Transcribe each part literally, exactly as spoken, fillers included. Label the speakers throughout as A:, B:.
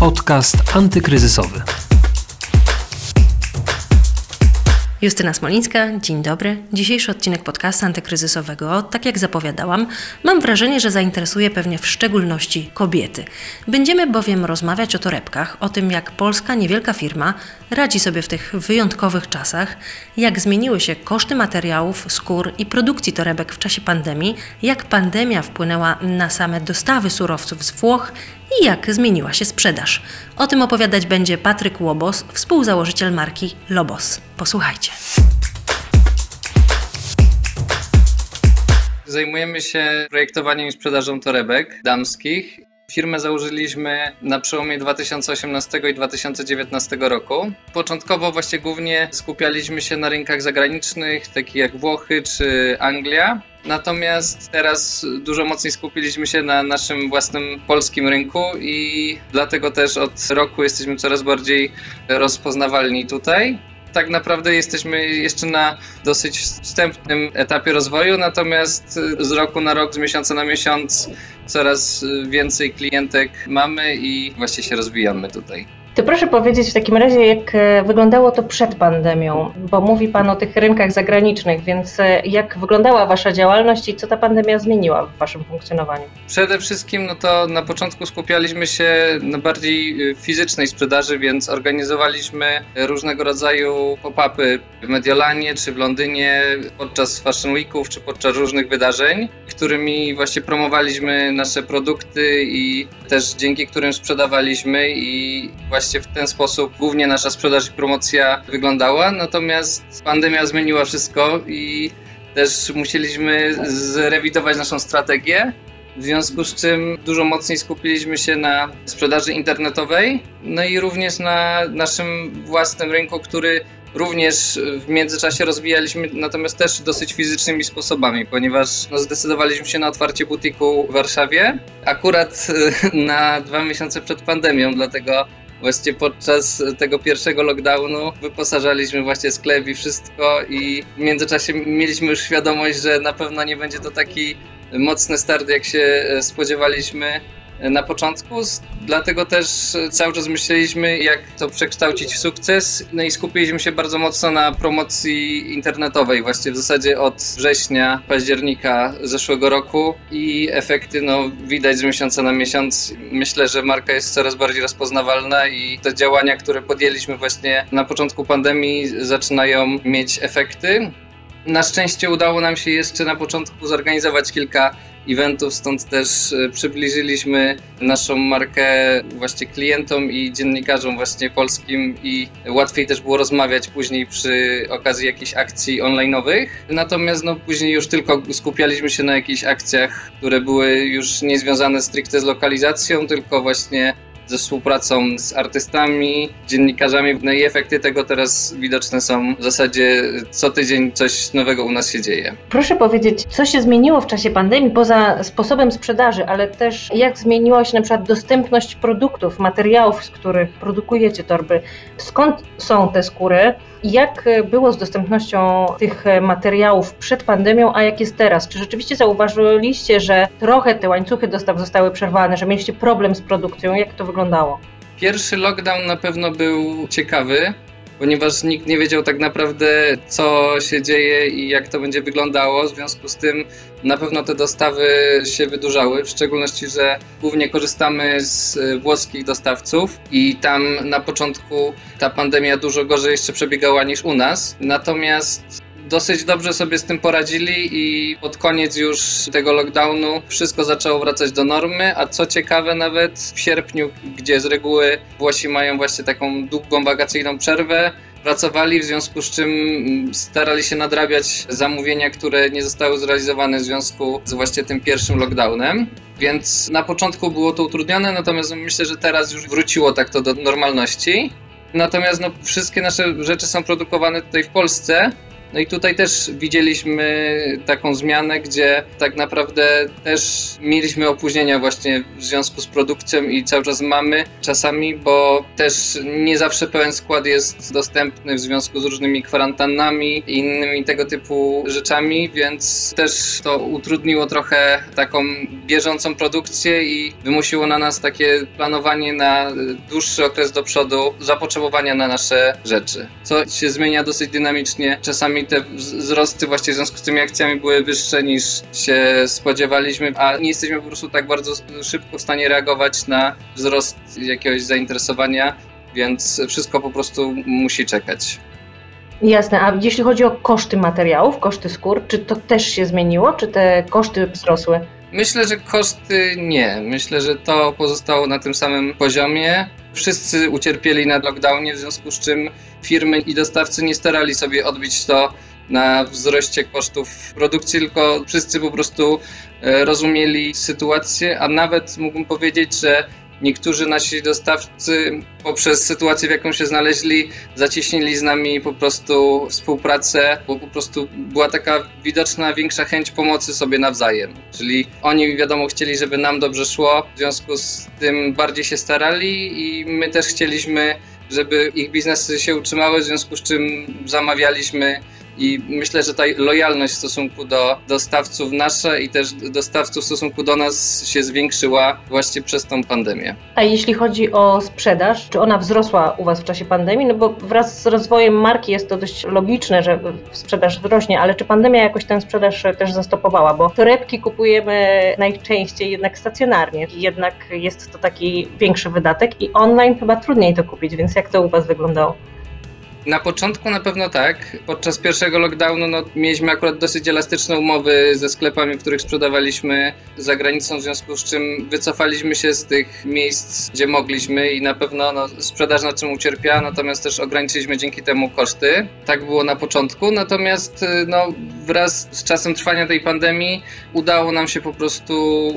A: Podcast antykryzysowy.
B: Justyna Smolińska, dzień dobry. Dzisiejszy odcinek podcastu antykryzysowego, tak jak zapowiadałam, mam wrażenie, że zainteresuje pewnie w szczególności kobiety. Będziemy bowiem rozmawiać o torebkach, o tym jak polska niewielka firma radzi sobie w tych wyjątkowych czasach, jak zmieniły się koszty materiałów, skór i produkcji torebek w czasie pandemii, jak pandemia wpłynęła na same dostawy surowców z Włoch i jak zmieniła się sprzedaż. O tym opowiadać będzie Patryk Łobos, współzałożyciel marki Lobos. Posłuchajcie.
C: Zajmujemy się projektowaniem i sprzedażą torebek damskich. Firmę założyliśmy na przełomie dwa tysiące osiemnastego i dwa tysiące dziewiętnastego roku. Początkowo właśnie głównie skupialiśmy się na rynkach zagranicznych, takich jak Włochy czy Anglia. Natomiast teraz dużo mocniej skupiliśmy się na naszym własnym polskim rynku i dlatego też od roku jesteśmy coraz bardziej rozpoznawalni tutaj. Tak naprawdę jesteśmy jeszcze na dosyć wstępnym etapie rozwoju, natomiast z roku na rok, z miesiąca na miesiąc coraz więcej klientek mamy i właśnie się rozwijamy tutaj.
D: To proszę powiedzieć w takim razie, jak wyglądało to przed pandemią, bo mówi Pan o tych rynkach zagranicznych, więc jak wyglądała Wasza działalność i co ta pandemia zmieniła w Waszym funkcjonowaniu?
C: Przede wszystkim no to na początku skupialiśmy się na bardziej fizycznej sprzedaży, więc organizowaliśmy różnego rodzaju pop-upy w Mediolanie czy w Londynie podczas Fashion Weeków czy podczas różnych wydarzeń, którymi właśnie promowaliśmy nasze produkty i też dzięki którym sprzedawaliśmy i właśnie w ten sposób głównie nasza sprzedaż i promocja wyglądała, natomiast pandemia zmieniła wszystko i też musieliśmy zrewidować naszą strategię, w związku z czym dużo mocniej skupiliśmy się na sprzedaży internetowej, no i również na naszym własnym rynku, który również w międzyczasie rozwijaliśmy, natomiast też dosyć fizycznymi sposobami, ponieważ no, zdecydowaliśmy się na otwarcie butiku w Warszawie, akurat na dwa miesiące przed pandemią, dlatego właśnie podczas tego pierwszego lockdownu wyposażaliśmy właśnie sklep i wszystko i w międzyczasie mieliśmy już świadomość, że na pewno nie będzie to taki mocny start, jak się spodziewaliśmy na początku, dlatego też cały czas myśleliśmy, jak to przekształcić w sukces, no i skupiliśmy się bardzo mocno na promocji internetowej właśnie w zasadzie od września, października zeszłego roku i efekty no widać z miesiąca na miesiąc. Myślę, że marka jest coraz bardziej rozpoznawalna i te działania, które podjęliśmy właśnie na początku pandemii zaczynają mieć efekty. Na szczęście udało nam się jeszcze na początku zorganizować kilka eventów, stąd też przybliżyliśmy naszą markę właśnie klientom i dziennikarzom właśnie polskim i łatwiej też było rozmawiać później przy okazji jakichś akcji online'owych. Natomiast no później już tylko skupialiśmy się na jakichś akcjach, które były już nie związane stricte z lokalizacją, tylko właśnie ze współpracą z artystami, dziennikarzami. No i efekty tego teraz widoczne są w zasadzie co tydzień coś nowego u nas się dzieje.
D: Proszę powiedzieć, co się zmieniło w czasie pandemii poza sposobem sprzedaży, ale też jak zmieniła się na przykład dostępność produktów, materiałów, z których produkujecie torby? Skąd są te skóry? I jak było z dostępnością tych materiałów przed pandemią, a jak jest teraz? Czy rzeczywiście zauważyliście, że trochę te łańcuchy dostaw zostały przerwane, że mieliście problem z produkcją? Jak to wyglądało?
C: Pierwszy lockdown na pewno był ciekawy, ponieważ nikt nie wiedział tak naprawdę, co się dzieje i jak to będzie wyglądało. W związku z tym na pewno te dostawy się wydłużały, w szczególności, że głównie korzystamy z włoskich dostawców i tam na początku ta pandemia dużo gorzej jeszcze przebiegała niż u nas. Natomiast dosyć dobrze sobie z tym poradzili i pod koniec już tego lockdownu wszystko zaczęło wracać do normy, a co ciekawe nawet w sierpniu, gdzie z reguły Włosi mają właśnie taką długą wakacyjną przerwę, pracowali, w związku z czym starali się nadrabiać zamówienia, które nie zostały zrealizowane w związku z właśnie tym pierwszym lockdownem. Więc na początku było to utrudnione, natomiast myślę, że teraz już wróciło tak to do normalności. Natomiast no, wszystkie nasze rzeczy są produkowane tutaj w Polsce, No i tutaj też widzieliśmy taką zmianę, gdzie tak naprawdę też mieliśmy opóźnienia właśnie w związku z produkcją i cały czas mamy czasami, bo też nie zawsze pełen skład jest dostępny w związku z różnymi kwarantannami i innymi tego typu rzeczami, więc też to utrudniło trochę taką bieżącą produkcję i wymusiło na nas takie planowanie na dłuższy okres do przodu zapotrzebowania na nasze rzeczy, co się zmienia dosyć dynamicznie. Czasami te wzrosty właśnie w związku z tymi akcjami były wyższe niż się spodziewaliśmy, a nie jesteśmy po prostu tak bardzo szybko w stanie reagować na wzrost jakiegoś zainteresowania, więc wszystko po prostu musi czekać.
D: Jasne, a jeśli chodzi o koszty materiałów, koszty skór, czy to też się zmieniło, czy te koszty wzrosły?
C: Myślę, że koszty nie. Myślę, że to pozostało na tym samym poziomie. Wszyscy ucierpieli na lockdownie, w związku z czym firmy i dostawcy nie starali sobie odbić to na wzroście kosztów produkcji, tylko wszyscy po prostu rozumieli sytuację, a nawet mógłbym powiedzieć, że niektórzy nasi dostawcy poprzez sytuację, w jaką się znaleźli, zacieśnili z nami po prostu współpracę, bo po prostu była taka widoczna większa chęć pomocy sobie nawzajem. Czyli oni, wiadomo, chcieli, żeby nam dobrze szło, w związku z tym bardziej się starali i my też chcieliśmy, żeby ich biznesy się utrzymały, w związku z czym zamawialiśmy. I myślę, że ta lojalność w stosunku do dostawców nasza i też dostawców w stosunku do nas się zwiększyła właśnie przez tą pandemię.
D: A jeśli chodzi o sprzedaż, czy ona wzrosła u Was w czasie pandemii? No bo wraz z rozwojem marki jest to dość logiczne, że sprzedaż rośnie, ale czy pandemia jakoś tę sprzedaż też zastopowała? Bo torebki kupujemy najczęściej jednak stacjonarnie, jednak jest to taki większy wydatek i online chyba trudniej to kupić, więc jak to u Was wyglądało?
C: Na początku na pewno tak. Podczas pierwszego lockdownu no, mieliśmy akurat dosyć elastyczne umowy ze sklepami, w których sprzedawaliśmy za granicą, w związku z czym wycofaliśmy się z tych miejsc, gdzie mogliśmy i na pewno no, sprzedaż na czym ucierpiała, natomiast też ograniczyliśmy dzięki temu koszty. Tak było na początku, natomiast no, wraz z czasem trwania tej pandemii udało nam się po prostu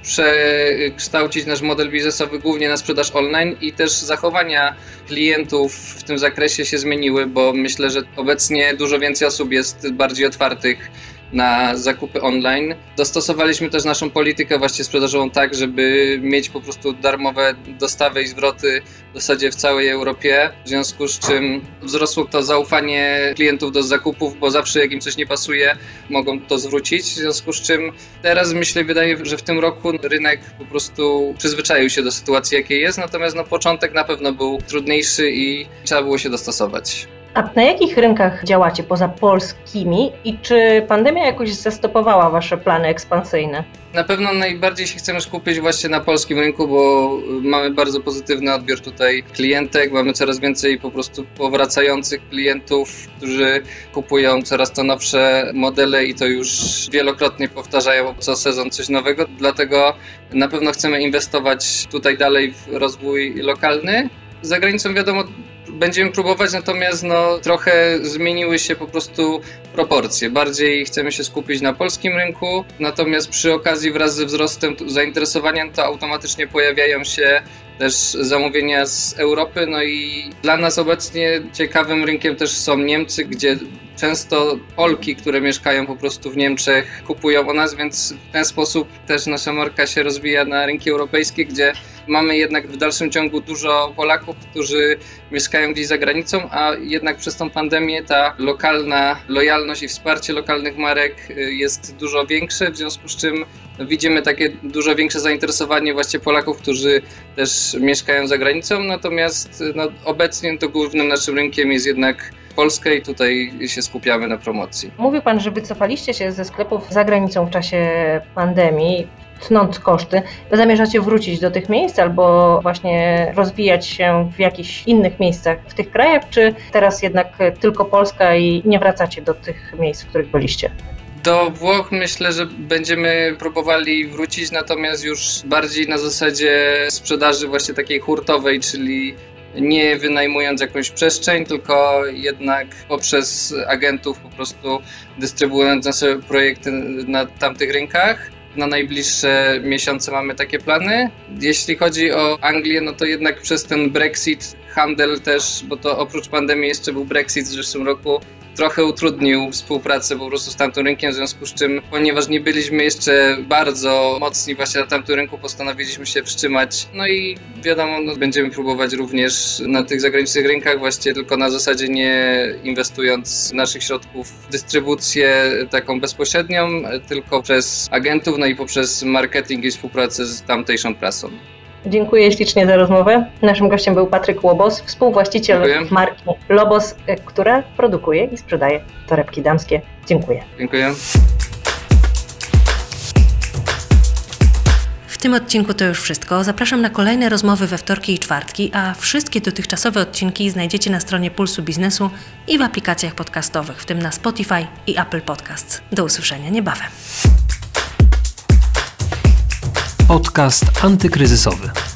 C: przekształcić nasz model biznesowy głównie na sprzedaż online i też zachowania klientów w tym zakresie się zmieniły, bo myślę, że obecnie dużo więcej osób jest bardziej otwartych na zakupy online. Dostosowaliśmy też naszą politykę właśnie sprzedażową tak, żeby mieć po prostu darmowe dostawy i zwroty w zasadzie w całej Europie, w związku z czym wzrosło to zaufanie klientów do zakupów, bo zawsze jak im coś nie pasuje, mogą to zwrócić, w związku z czym teraz myślę, wydaje, że w tym roku rynek po prostu przyzwyczaił się do sytuacji, jakiej jest, natomiast no, początek na pewno był trudniejszy i trzeba było się dostosować.
D: A na jakich rynkach działacie poza polskimi i czy pandemia jakoś zastopowała Wasze plany ekspansyjne?
C: Na pewno najbardziej się chcemy skupić właśnie na polskim rynku, bo mamy bardzo pozytywny odbiór tutaj klientek, mamy coraz więcej po prostu powracających klientów, którzy kupują coraz to nowsze modele i to już wielokrotnie powtarzają co sezon coś nowego, dlatego na pewno chcemy inwestować tutaj dalej w rozwój lokalny. Za granicą wiadomo, będziemy próbować, natomiast no, trochę zmieniły się po prostu proporcje. Bardziej chcemy się skupić na polskim rynku, natomiast przy okazji wraz ze wzrostem zainteresowania to automatycznie pojawiają się też zamówienia z Europy. No i dla nas obecnie ciekawym rynkiem też są Niemcy, gdzie często Polki, które mieszkają po prostu w Niemczech, kupują u nas, więc w ten sposób też nasza marka się rozwija na rynki europejskie, gdzie mamy jednak w dalszym ciągu dużo Polaków, którzy mieszkają gdzieś za granicą, a jednak przez tą pandemię ta lokalna lojalność i wsparcie lokalnych marek jest dużo większe, w związku z czym widzimy takie dużo większe zainteresowanie właśnie Polaków, którzy też mieszkają za granicą, natomiast no, obecnie to głównym naszym rynkiem jest jednak Polska i tutaj się skupiamy na promocji.
D: Mówił Pan, że wycofaliście się ze sklepów za granicą w czasie pandemii, tnąc koszty. Zamierzacie wrócić do tych miejsc albo właśnie rozwijać się w jakichś innych miejscach w tych krajach, czy teraz jednak tylko Polska i nie wracacie do tych miejsc, w których byliście?
C: Do Włoch myślę, że będziemy próbowali wrócić, natomiast już bardziej na zasadzie sprzedaży właśnie takiej hurtowej, czyli nie wynajmując jakąś przestrzeń, tylko jednak poprzez agentów po prostu dystrybuując nasze projekty na tamtych rynkach. Na najbliższe miesiące mamy takie plany. Jeśli chodzi o Anglię, no to jednak przez ten Brexit, handel też, bo to oprócz pandemii jeszcze był Brexit w zeszłym roku, trochę utrudnił współpracę po prostu z tamtym rynkiem, w związku z czym, ponieważ nie byliśmy jeszcze bardzo mocni właśnie na tamtym rynku, postanowiliśmy się wstrzymać. No i wiadomo, no, będziemy próbować również na tych zagranicznych rynkach, właściwie tylko na zasadzie nie inwestując naszych środków w dystrybucję taką bezpośrednią, tylko przez agentów, no i poprzez marketing i współpracę z tamtejszą prasą.
D: Dziękuję ślicznie za rozmowę. Naszym gościem był Patryk Łobos, współwłaściciel
C: Dziękuję.
D: marki Lobos, która produkuje i sprzedaje torebki damskie. Dziękuję.
C: Dziękuję.
B: W tym odcinku to już wszystko. Zapraszam na kolejne rozmowy we wtorki i czwartki, a wszystkie dotychczasowe odcinki znajdziecie na stronie Pulsu Biznesu i w aplikacjach podcastowych, w tym na Spotify i Apple Podcasts. Do usłyszenia niebawem.
A: Podcast antykryzysowy.